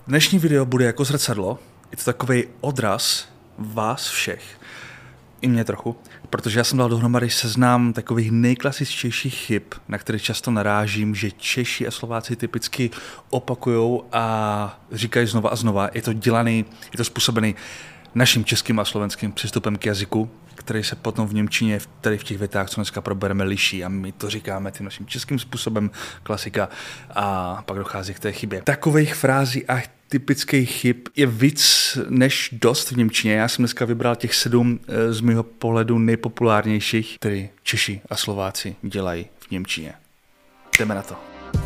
Dnešní video bude jako zrcadlo, je to takovej odraz vás všech, i mě trochu, protože já jsem dal dohromady seznam takových nejklasičtějších chyb, na které často narážím, že Češi a Slováci typicky opakujou a říkají znova a znova. Je to dělaný, je to způsobený naším českým a slovenským přístupem k jazyku, který se potom v němčině, tady v těch větách, co dneska probereme, liší a my to říkáme tím naším českým způsobem, klasika, a pak dochází k té chybě. Takových frází a typických chyb je víc než dost v němčině. Já jsem dneska vybral těch 7 z mého pohledu nejpopulárnějších, které Češi a Slováci dělají v němčině. Jdeme na to.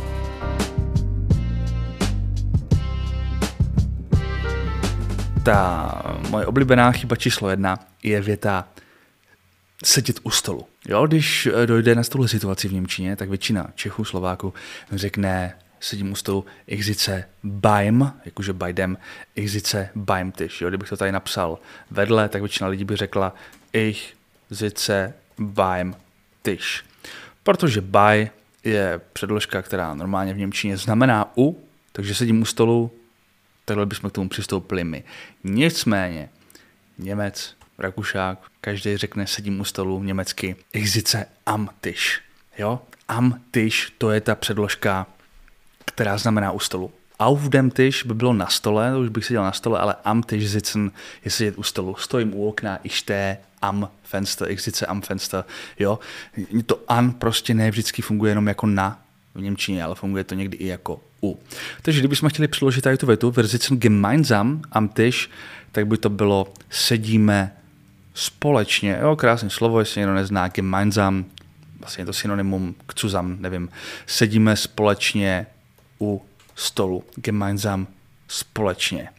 Ta moje oblíbená chyba číslo 1 je věta sedět u stolu. Jo, když dojde na tuhle situaci v němčině, tak většina Čechů, Slováků řekne sedím u stolu, ich sitze beim, jakože beidem, ich sitze beim Tisch. Jo, kdybych to tady napsal vedle, tak většina lidí by řekla ich sitze beim Tisch. Protože bei je předložka, která normálně v němčině znamená u, takže sedím u stolu, takhle bychom k tomu přistoupili my. Nicméně Němec, Rakušák, každý řekne sedím u stolu německy ich sitze am Tisch. Jo? Am Tisch, to je ta předložka, která znamená u stolu. Auf dem Tisch by bylo na stole, to už bych seděl na stole, ale am Tisch sitzen je sedět u stolu. Stojím u okna, ich stehe am Fenster, ich sitze am Fenster. Jo? To an prostě ne vždycky funguje jenom jako na v němčině, ale funguje to někdy i jako u. Takže kdybychom chtěli přeložit tady tu větu, wir sitzen gemeinsam am Tisch, tak by to bylo sedíme společně. Jo, krásné slovo, jestli někdo nezná, gemeinsam, vlastně je to synonymum k zusammen, nevím. Sedíme společně u stolu. Gemeinsam společně.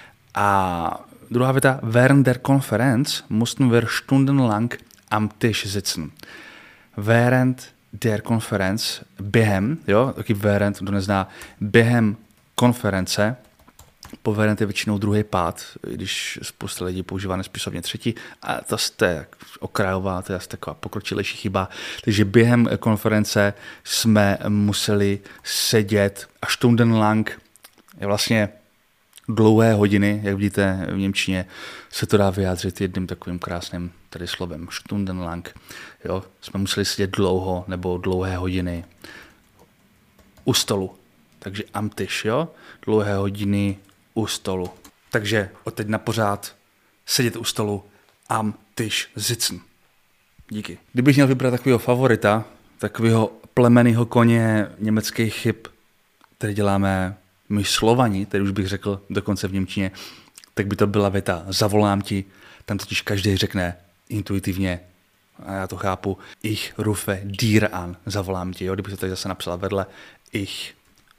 A druhá věta, während der Konferenz mussten wir stundenlang am Tisch sitzen. Während der Konferenz, během, jo, taky während, kdo nezná, během konference, po während je většinou druhý pád, když spousta lidí používá nespisovně třetí, a to je okrajová, to je taková pokročilejší chyba. Takže během konference jsme museli sedět a stundenlang, je vlastně dlouhé hodiny, jak vidíte v němčině, se to dá vyjádřit jedním takovým krásným tady slovem, stundenlang. Jo, jsme museli sedět dlouho nebo dlouhé hodiny u stolu. Takže am Tisch, jo, dlouhé hodiny u stolu. Takže odteď na pořád sedět u stolu am Tisch sitzen. Díky. Kdybych měl vybrat takového favorita, takového plemenného koně německých chyb, které děláme my Slovani, tedy už bych řekl dokonce v němčině, tak by to byla věta zavolám ti, tam totiž každý řekne intuitivně, a já to chápu, ich rufe dir an, zavolám ti, jo? Kdybych to tady zase napsala vedle, ich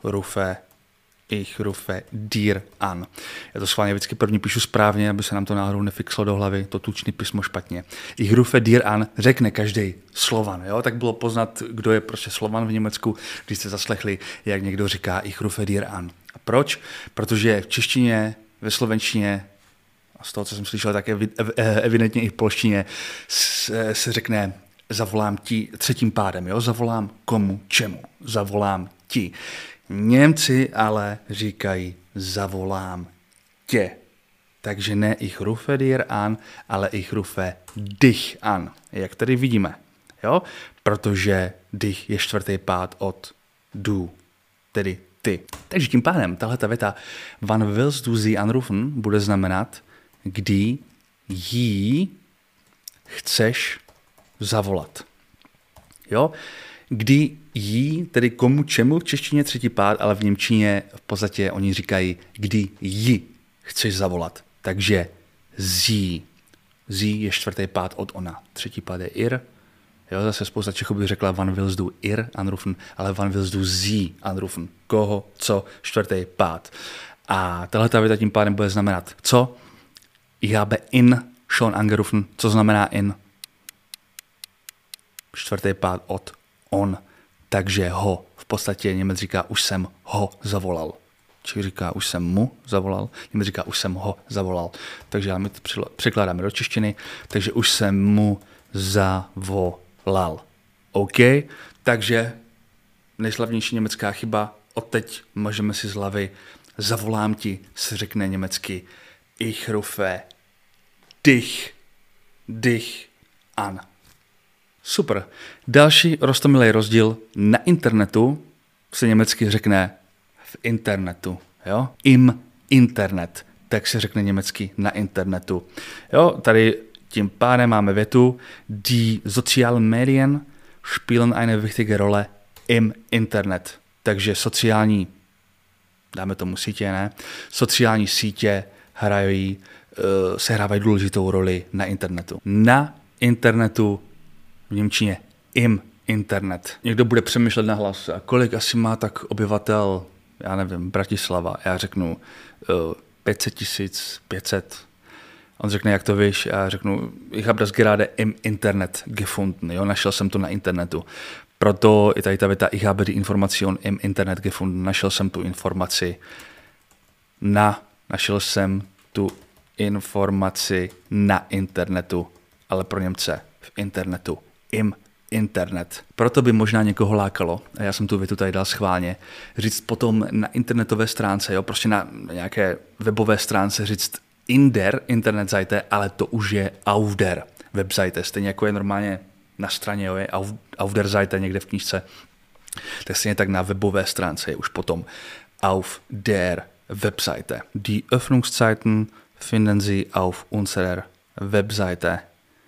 rufe dir an. Já to schválně vždycky první píšu správně, aby se nám to náhodou nefixlo do hlavy, to tučný písmo špatně. Ich rufe dir an řekne každý Slovan, jo? Tak bylo poznat, kdo je prostě Slovan v Německu, když jste zaslechli, jak někdo říká ich rufe dir an. A proč? Protože v češtině, ve slovenštině, a z toho, co jsem slyšel, tak evidentně i v polštině se řekne zavolám ti třetím pádem, jo? Zavolám komu, čemu? Zavolám ti. Němci ale říkají zavolám tě. Takže ne ich rufe dir an, ale ich rufe dich an. Jak tady vidíme. Jo? Protože dich je čtvrtý pád od du, tedy ty. Takže tím pádem tahleta věta wann willst du sie anrufen bude znamenat, kdy jí chceš zavolat. Jo? Kdy jí, tedy komu čemu, v češtině třetí pád, ale v němčině v podstatě oni říkají, kdy jí chceš zavolat. Takže sie. Sie je čtvrtý pád od ona. Třetí pád je ir. Jo, zase spousta Čechů by řekla wann willst du ir anrufen, ale wann willst du sie anrufen. Koho, co, čtvrtý pád. A tahleta věta tím pádem bude znamenat co? Ich habe ihn schon angerufen. Co znamená in? Čtvrtý pád od on. Takže ho. V podstatě Němec říká, už jsem ho zavolal. Čech říká, už jsem mu zavolal. Němec říká, už jsem ho zavolal. Takže my to překládáme do češtiny. Takže už jsem mu zavolal. OK? Takže nejslavnější německá chyba. Odteď můžeme si z hlavy zavolám ti, se řekne německy ich rufe dich an. Super. Další roztomilý rozdíl na internetu se německy řekne v internetu. Jo? Im Internet. Tak se řekne německy na internetu. Jo? Tady tím pádem máme větu Die sozialen Medien spielen eine wichtige Rolle im Internet. Takže dáme tomu sítě, ne? Sociální sítě sehrávají důležitou roli na internetu. Na internetu v němčině im Internet. Někdo bude přemýšlet nahlas, a kolik asi má tak obyvatel, já nevím, Bratislava. Já řeknu 500 000, 500. On řekne, jak to víš, já řeknu, ich habe das gerade im Internet gefunden, jo, našel jsem to na internetu. Proto i tady ta věta, ich habe die Information im Internet gefunden, našel jsem tu informaci na internetu, ale pro Němce v internetu, im Internet. Proto by možná někoho lákalo, a já jsem tu větu tady dal schválně, říct potom na internetové stránce, jo, prostě na nějaké webové stránce říct in der Internetseite, ale to už je auf der Webseite, stejně jako je normálně na straně, jo, je auf der Seite někde v knížce, tak stejně tak na webové stránce je už potom auf der Webseite. Die Öffnungszeiten finden Sie auf unserer Webseite.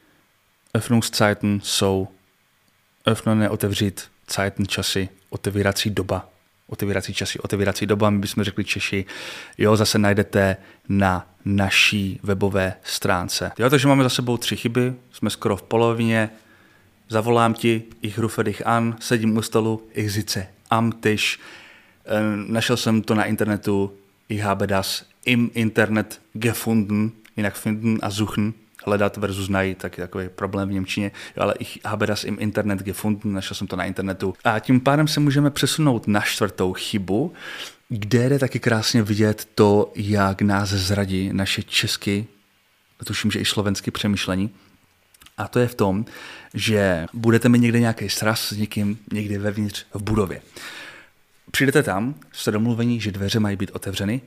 Öffnungszeiten jsou öffnen, otevřít, Zeiten, časy, otevírací doba. Otevírací doba, my bychom řekli Češi, jo, zase najdete na naší webové stránce. Jo, takže máme za sebou 3 chyby, jsme skoro v polovině. Zavolám ti, ich rufe dich an, sedím u stolu, ich sitze am Tisch. Našel jsem to na internetu, ich habe das im Internet gefunden, jinak finden a suchen, hledat versus najít, tak je takový problém v němčině, jo, ale ich habe das im Internet gefunden, našel jsem to na internetu. A tím pádem se můžeme přesunout na 4. chybu, kde jde taky krásně vidět to, jak nás zradí naše česky, tuším, že i slovenské přemýšlení. A to je v tom, že budete mít někde nějaký sraz s někým někde vevnitř v budově. Přijdete tam, jste domluvení, že dveře mají být otevřeny,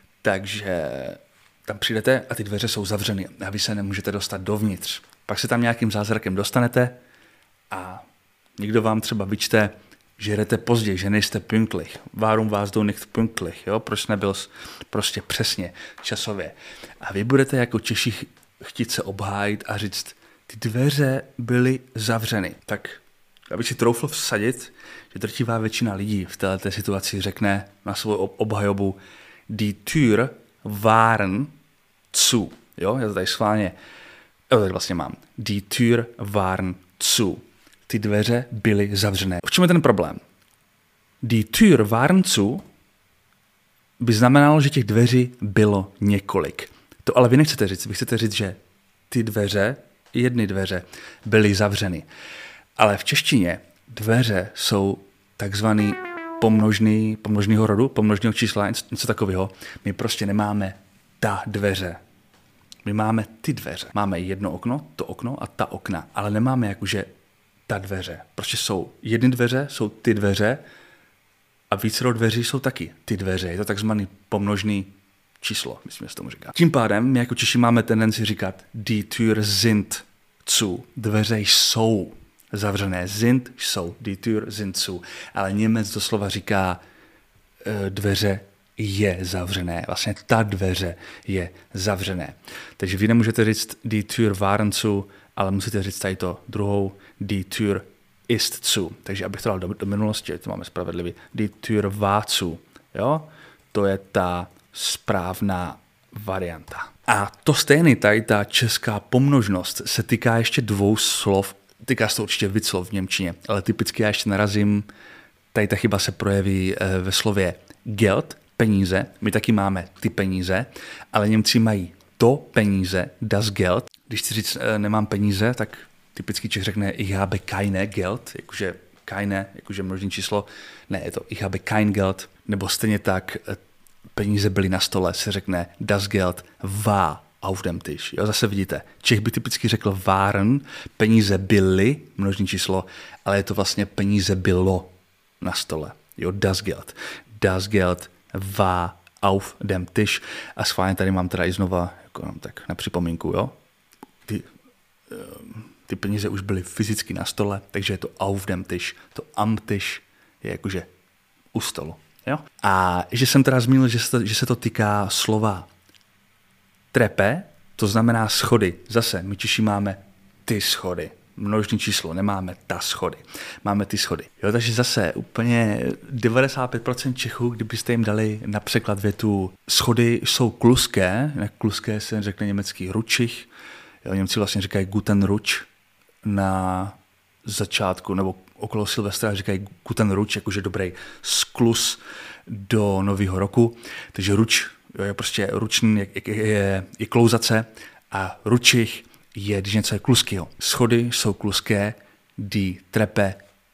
takže tam přijdete a ty dveře jsou zavřeny a vy se nemůžete dostat dovnitř. Pak se tam nějakým zázrakem dostanete a někdo vám třeba vyčte, že jdete pozdě, že nejste pünktlich. Warum warst du nicht pünktlich? Jo? Proč nebyl prostě přesně časově? A vy budete jako Češi chtít se obhájit a říct, ty dveře byly zavřeny. Tak já bych si troufl vsadit, že drtivá většina lidí v této situaci řekne na svou obhajobu die Tür waren zu. Jo, já to tady schválně, tady vlastně mám. Die Tür waren zu. Ty dveře byly zavřené. V čem je ten problém? Die Tür waren zu by znamenalo, že těch dveří bylo několik. To ale vy nechcete říct. Vy chcete říct, že ty dveře, jedny dveře, byly zavřeny. Ale v češtině dveře jsou takzvaný pomnožného rodu, pomnožného čísla, něco takového. My prostě nemáme ta dveře. My máme ty dveře. Máme jedno okno, to okno a ta okna, ale nemáme jakože ta dveře. Prostě jsou jedny dveře, jsou ty dveře a vícero dveří jsou taky ty dveře. Je to takzvaný pomnožný číslo, myslím, že se tomu říká. Tím pádem my jako Češi máme tendenci říkat die Tür sind zu. Dveře jsou zavřené. Sind jsou. Die Tür sind zu. Ale Němec doslova říká dveře je zavřené. Vlastně ta dveře je zavřené. Takže vy nemůžete říct die Tür waren zu, ale musíte říct tady to druhou die Tür ist zu. Takže abych to dal do minulosti, to máme spravedlivý. Die Tür war zu. Jo? To je ta správná varianta. A to stejný, tady ta česká pomnožnost se týká ještě 2 slov. Týká se to určitě víc slov v němčině, ale typicky já ještě narazím, tady ta chyba se projeví ve slově Geld, peníze. My taky máme ty peníze, ale Němci mají to peníze, das Geld. Když chci říct nemám peníze, tak typicky Čech řekne ich habe keine Geld, jakože keine, jakože množné číslo. Ne, je to ich habe kein Geld. Nebo stejně tak peníze byly na stole, se řekne das Geld war auf dem Tisch. Jo, zase vidíte, Čech by typicky řekl waren, peníze byly, množné číslo, ale je to vlastně peníze bylo na stole. Jo, das Geld. Das Geld war auf dem Tisch. A schválně tady mám teda i znova, jako tak na připomínku, jo. Ty peníze už byly fyzicky na stole, takže je to auf dem Tisch. To am Tisch je jakože u stolu. Jo? A že jsem teda zmínil, že se to týká slova trepe, to znamená schody. Zase, my Češi máme ty schody. Množné číslo, nemáme ta schody. Máme ty schody. Jo, takže zase úplně 95% Čechů, kdybyste jim dali na překlad větu schody jsou kluské, kluské se řekne německý ručich, jo, Němci vlastně říkají guten ruč na začátku, nebo okolo Silvestra říkají guten ruč, jakože dobrý sklus do nového roku. Takže ruč je prostě ručný, je klouzace a ručich je, když něco je kluského. Schody jsou kluské, die Treppe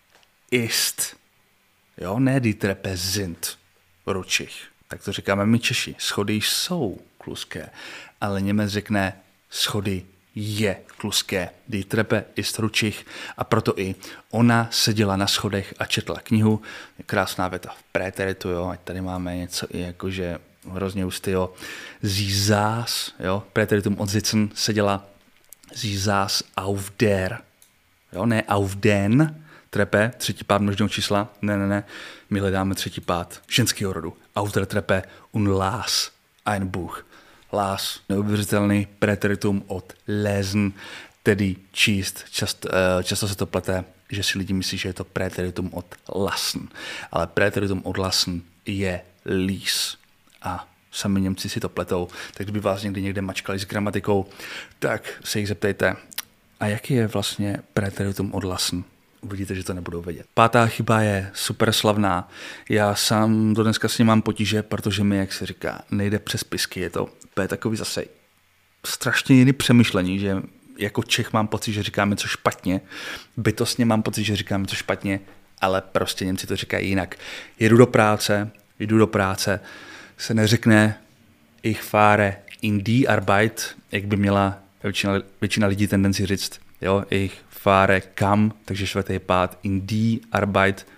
ist. Jo, ne die Treppe sind ručich. Tak to říkáme my Češi. Schody jsou kluské, ale Němec řekne schody je kluské. Die Treppe ist ručich a proto i ona seděla na schodech a četla knihu. Krásná věta v préteritu, jo, ať tady máme něco i jakože hrozně ústy, jo. Sie saß, jo, préteritum od sitzen, seděla. Sie saß auf der, jo, ne auf den Treppe, třetí pád množného čísla, ne, my hledáme třetí pád ženského rodu. Auf der Treppe und las ein Buch. Las, neuvěřitelný preteritum od lesen, tedy číst. Často se to plete, že si lidi myslí, že je to preteritum od lassen. Ale preteritum od lassen je lies. A sami Němci si to pletou, tak kdyby vás někde mačkali s gramatikou, tak se jich zeptejte, a jaký je vlastně preteritum od lassen? Uvidíte, že to nebudou vědět. Pátá chyba je super slavná. Já sám do dneska s ním mám potíže, protože mi, jak se říká, nejde přes pisky. Je to takový zase strašně jiný přemýšlení, že jako Čech mám pocit, že říkáme něco špatně. Bytostně mám pocit, že říkáme něco špatně, ale prostě Němci to říkají jinak. Jdu do práce, se neřekne ich fahre in die Arbeit, jak by měla většina lidí tendenci říct, jo, ich fahre kam, takže čtvrtý pád, in die Arbeit,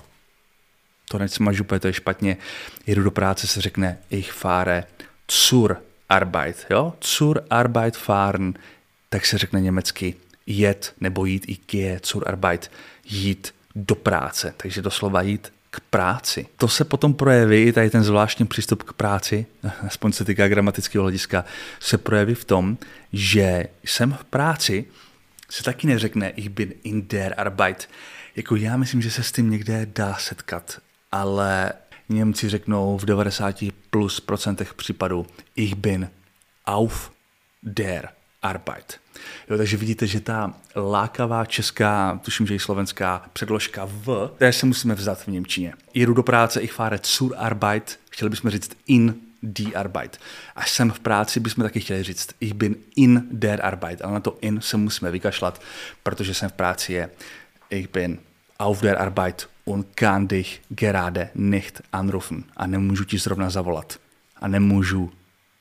to nesmažu, to je špatně, jedu do práce se řekne ich fahre zur Arbeit, jo, zur Arbeit fahren, tak se řekne německy jet nebo jít, ich gehe zur Arbeit, jít do práce, takže doslova jít k práci. To se potom projeví, tady ten zvláštní přístup k práci, aspoň se týká gramatického hlediska, se projeví v tom, že jsem v práci, se taky neřekne ich bin in der Arbeit. Jako já myslím, že se s tím někde dá setkat, ale Němci řeknou v 90+ % případů ich bin auf der Arbeit. Jo, takže vidíte, že ta lákavá česká, tuším, že i slovenská předložka v, které se musíme vzdat v němčině. Jedu do práce, ich fahre zur Arbeit, chtěli bychom říct in die Arbeit. A jsem v práci, bychom taky chtěli říct ich bin in der Arbeit, ale na to in se musíme vykašlat, protože jsem v práci je ich bin auf der Arbeit und kann dich gerade nicht anrufen. A nemůžu ti zrovna zavolat. A nemůžu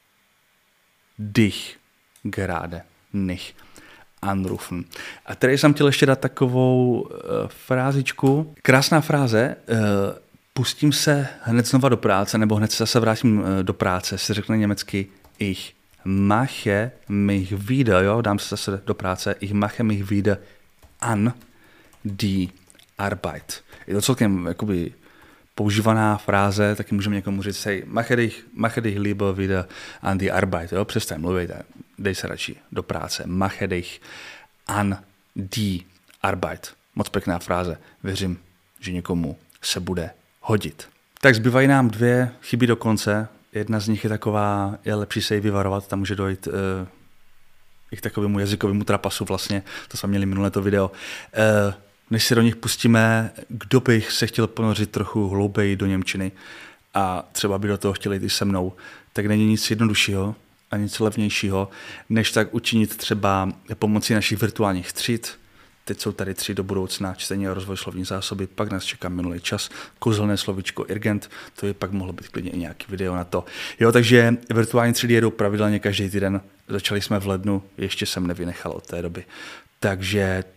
dich gerade nicht anrufen. A tady jsem chtěl ještě dát takovou frázičku. Krásná fráze, pustím se hned znova do práce, nebo hned se zase vrátím do práce, se řekne německy ich mache mich wieder, jo, dám se zase do práce, ich mache mich wieder an die Arbeit. Je to celkem jakoby používaná fráze, taky můžeme někomu říct, hej, mache dich lieber wieder an die Arbeit, jo, přestaň mluvit, dej se radši do práce, mache dich an die Arbeit. Moc pěkná fráze, věřím, že někomu se bude hodit. Tak zbývají nám 2 chyby do konce, jedna z nich je taková, je lepší se jí vyvarovat, tam může dojít i k takovému jazykovému trapasu vlastně, to jsme měli minulé to video. Než se do nich pustíme, kdo bych se chtěl ponořit trochu hlouběji do němčiny a třeba by do toho chtěli jít i se mnou, tak není nic jednoduššího a nic levnějšího, než tak učinit třeba pomocí našich virtuálních tříd. Teď jsou tady 3 do budoucna, čtení a rozvoj slovní zásoby, pak nás čeká minulý čas, kouzelné slovíčko Irgent, to je pak mohlo být klidně i nějaký video na to. Jo, takže virtuální třídy jedou pravidelně každý týden, začali jsme v lednu, ještě jsem nevynechal od té doby. Takže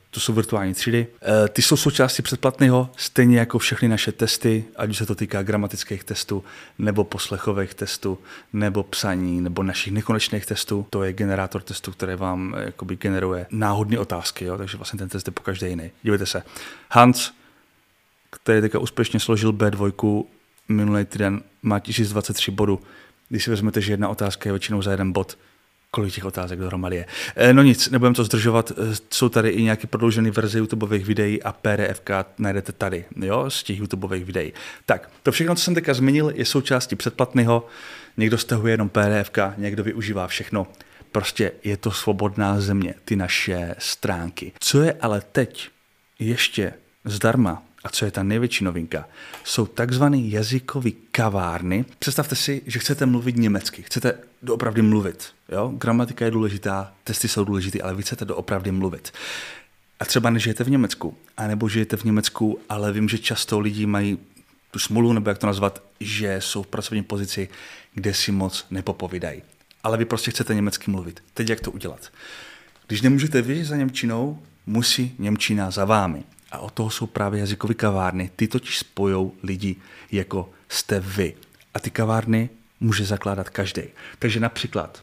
to jsou virtuální třídy. Ty jsou součástí předplatného, stejně jako všechny naše testy, ať už se to týká gramatických testů, nebo poslechových testů, nebo psaní, nebo našich nekonečných testů. To je generátor testů, který vám jakoby generuje náhodné otázky, jo? Takže vlastně ten test je po každé jiný. Dívejte se. Hans, který teďka úspěšně složil B2, minulý týden má 1023 bodů. Když si vezmete, že jedna otázka je většinou za jeden bod, kolik těch otázek dohromady je. No nic, nebudeme to zdržovat, jsou tady i nějaké prodloužené verze YouTubeových videí a PDF najdete tady, jo, z těch YouTubeových videí. Tak, to všechno, co jsem teďka zmínil, je součástí předplatného, někdo stahuje jenom PDF, někdo využívá všechno. Prostě je to svobodná země, ty naše stránky. Co je ale teď ještě zdarma, a co je ta největší novinka, jsou takzvané jazykové kavárny. Představte si, že chcete mluvit německy, chcete doopravdy mluvit. Jo? Gramatika je důležitá, testy jsou důležité, ale vy chcete doopravdy mluvit. A třeba nežijete v Německu, anebo žijete v Německu, ale vím, že často lidi mají tu smůlu, nebo jak to nazvat, že jsou v pracovní pozici, kde si moc nepopovídají. Ale vy prostě chcete německy mluvit. Teď jak to udělat? Když nemůžete vy za němčinou, musí němčina za vámi. A od toho jsou právě jazykové kavárny. Ty totiž spojou lidi, jako jste vy. A ty kavárny může zakládat každý. Takže například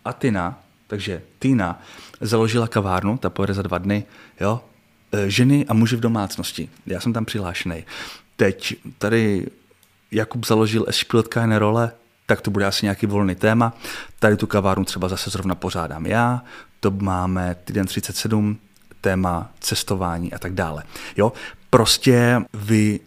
Tina založila kavárnu, ta pojede za 2 dny, jo? Ženy a muži v domácnosti. Já jsem tam přihlášený. Teď tady Jakub založil Spielt keine Rolle, tak to bude asi nějaký volný téma. Tady tu kavárnu třeba zase zrovna pořádám já. To máme týden 37, téma cestování a tak dále. Jo? Prostě vy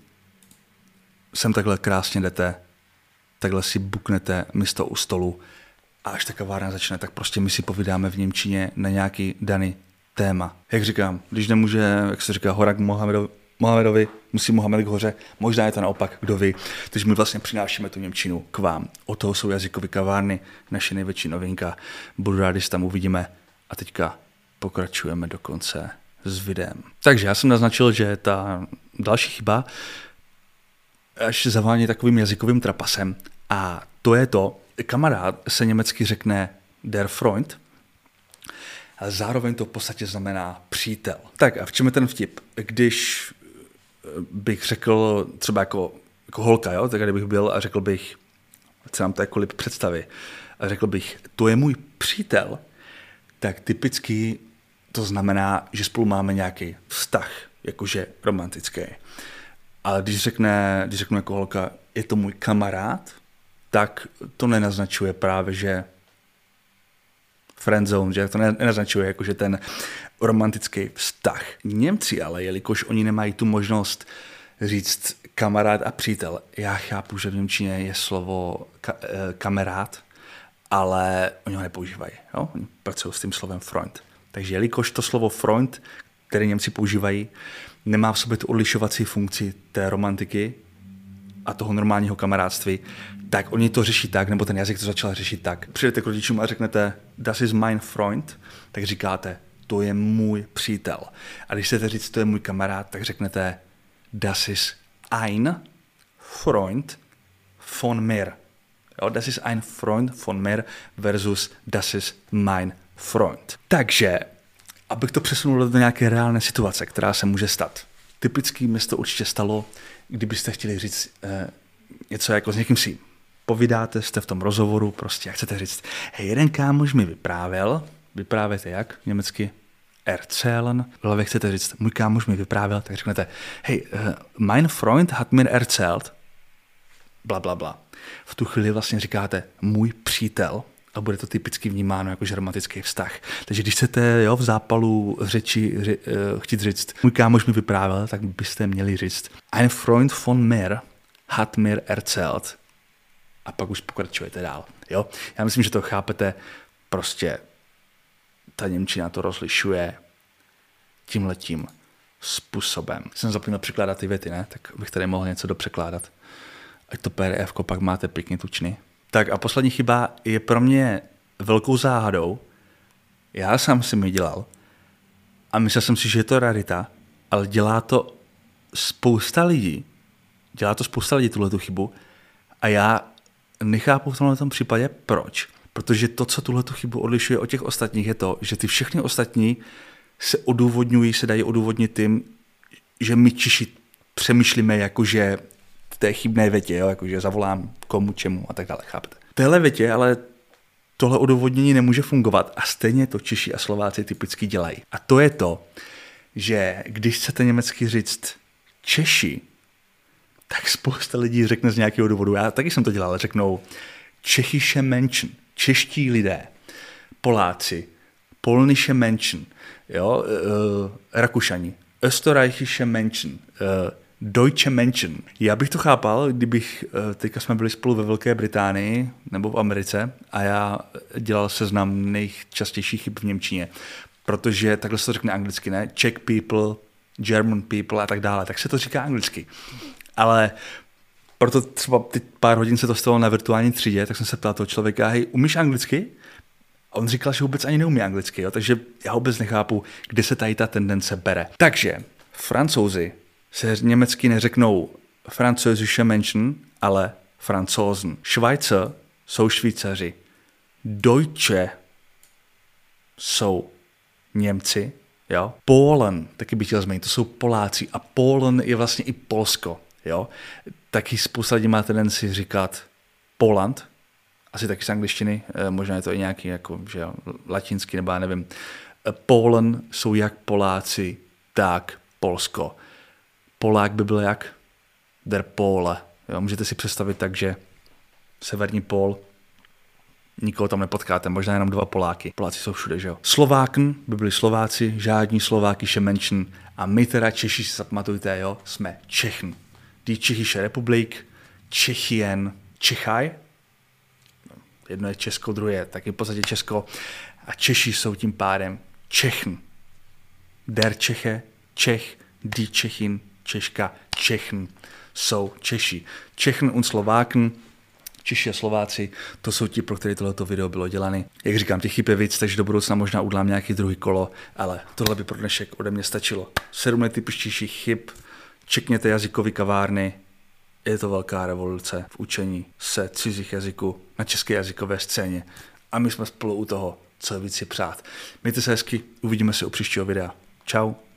sem takhle krásně jdete, takhle si buknete místo u stolu a až ta kavárna začne, tak prostě my si povídáme v němčině na nějaký daný téma. Jak říkám, když nemůže, jak se říká, hora k Mohamedovi, musí Mohamed k hoře, možná je to naopak, kdo ví. Takže my vlastně přinášíme tu němčinu k vám. O toho jsou jazykové kavárny, naše největší novinka. Budu rád, když tam uvidíme. A teďka pokračujeme dokonce s videem. Takže já jsem naznačil, že ta další chyba až zavání takovým jazykovým trapasem. A to je to, kamarád se německy řekne der Freund, ale zároveň to v podstatě znamená přítel. Tak a v čem je ten vtip? Když bych řekl třeba jako holka, jo? Tak kdybych byl a řekl bych, ať se nám to jakkoliv představí, a řekl bych, to je můj přítel, tak typicky to znamená, že spolu máme nějaký vztah, jakože romantický. Ale když řeknu jako holka, je to můj kamarád, tak to nenaznačuje právě, že friendzone, že to nenaznačuje jakože ten romantický vztah. Němci ale, jelikož oni nemají tu možnost říct kamarád a přítel, já chápu, že v němčině je slovo kamarád, ale oni ho nepoužívají. Jo? Oni pracují s tím slovem Freund. Takže jelikož to slovo Freund, které Němci používají, nemá v sobě tu odlišovací funkci té romantiky a toho normálního kamarádství, tak oni to řeší tak, nebo ten jazyk to začal řešit tak. Přijdete k rodičům a řeknete das ist mein Freund, tak říkáte, to je můj přítel. A když chcete říct, to je můj kamarád, tak řeknete das ist ein Freund von mir. Jo, das ist ein Freund von mir versus das ist mein Freund. Takže, abych to přesunul do nějaké reálné situace, která se může stát. Typicky mi se to určitě stalo, kdybyste chtěli říct něco jako s někým si povídáte, jste v tom rozhovoru, prostě a chcete říct, hej, jeden kámoš mi vyprávěte jak německy? Erzählen. V hlavě chcete říct, můj kámoš mi vyprávěl, tak řeknete, hej, mein Freund hat mir erzählt, bla, bla, bla. V tu chvíli vlastně říkáte můj přítel a bude to typicky vnímáno jako romantický vztah. Takže když chcete v zápalu řeči chtít říct, můj kámoš mi vyprávěl, tak byste měli říct ein Freund von mir hat mir erzählt a pak už pokračujete dál. Jo? Já myslím, že to chápete, prostě ta němčina to rozlišuje tímhletím způsobem. Jsem zapomněl překládat ty věty, ne? Tak bych tady mohl něco dopřekládat. Ať to PDF-ko pak máte pěkně tučný. Tak a poslední chyba je pro mě velkou záhadou. Já sám jsem ji dělal a myslel jsem si, že je to rarita, ale dělá to spousta lidí. Tuhletu chybu a já nechápu v tomhle případě proč. Protože to, co tuhletu chybu odlišuje od těch ostatních, je to, že ty všechny ostatní se dají odůvodnit tím, že my Češi přemýšlíme jakože v té chybné větě, jo? Jakože zavolám komu, čemu a tak dále, chápete. V téhle větě ale tohle odůvodnění nemůže fungovat a stejně to Češi a Slováci typicky dělají. A to je to, že když chcete německy říct Češi, tak spousta lidí řekne z nějakého důvodu, já taky jsem to dělal, řeknou Čechische Menschen, čeští lidé, Poláci, polnische Menschen, jo, Rakušani, Österreichische Menschen, Deutsche Menschen. Já bych to chápal, kdybych, teďka jsme byli spolu ve Velké Británii nebo v Americe a já dělal seznam nejčastějších chyb v němčině, protože takhle se to řekne anglicky, ne? Czech people, German people a tak dále, tak se to říká anglicky. Ale proto třeba teď pár hodin se to stalo na virtuální třídě, tak jsem se ptal toho člověka, hej, umíš anglicky? A on říkal, že vůbec ani neumí anglicky, jo? Takže já vůbec nechápu, kde se tady ta tendence bere. Takže Francouzi se německy neřeknou Französische Menschen, ale Franzosen. Švajce jsou Švýcaři. Deutsche jsou Němci. Jo? Polen, taky bych chtěl změnit, to jsou Poláci. A Polen je vlastně i Polsko. Jo? Taky spousta lidí má tendenci říkat Poland, asi taky z angličtiny, možná je to i nějaký jako, že jo, latinský, nebo já nevím. Polen jsou jak Poláci, tak Polsko. Polák by byl jak der Pole. Jo, můžete si představit tak, že severní pól, nikoho tam nepotkáte, možná jenom 2 Poláky. Poláci jsou všude, že jo. Slováken by byli Slováci, žádní Slovákische Menschen a my teda Češi, si zapamatujte, jo, jsme Čechen. Die Tschechische Republik, Čechien, Čechaj, jedno je Česko, druhé je taky v podstatě Česko a Češi jsou tím pádem Čechen. Der Čeche, Čech, die Čechin, Češka, Čechen jsou Češi. Čechen und Slováken, Češi a Slováci, to jsou ti, pro které tohleto video bylo dělané. Jak říkám, těch chyb je víc, takže do budoucna možná udlám nějaký druhý kolo, ale tohle by pro dnešek ode mě stačilo. 7 nejtypičtějších chyb, čekněte jazykové kavárny, je to velká revoluce v učení se cizích jazyků na české jazykové scéně. A my jsme spolu u toho, co víc si přát. Mějte se hezky, uvidíme se u příštího videa. Čau.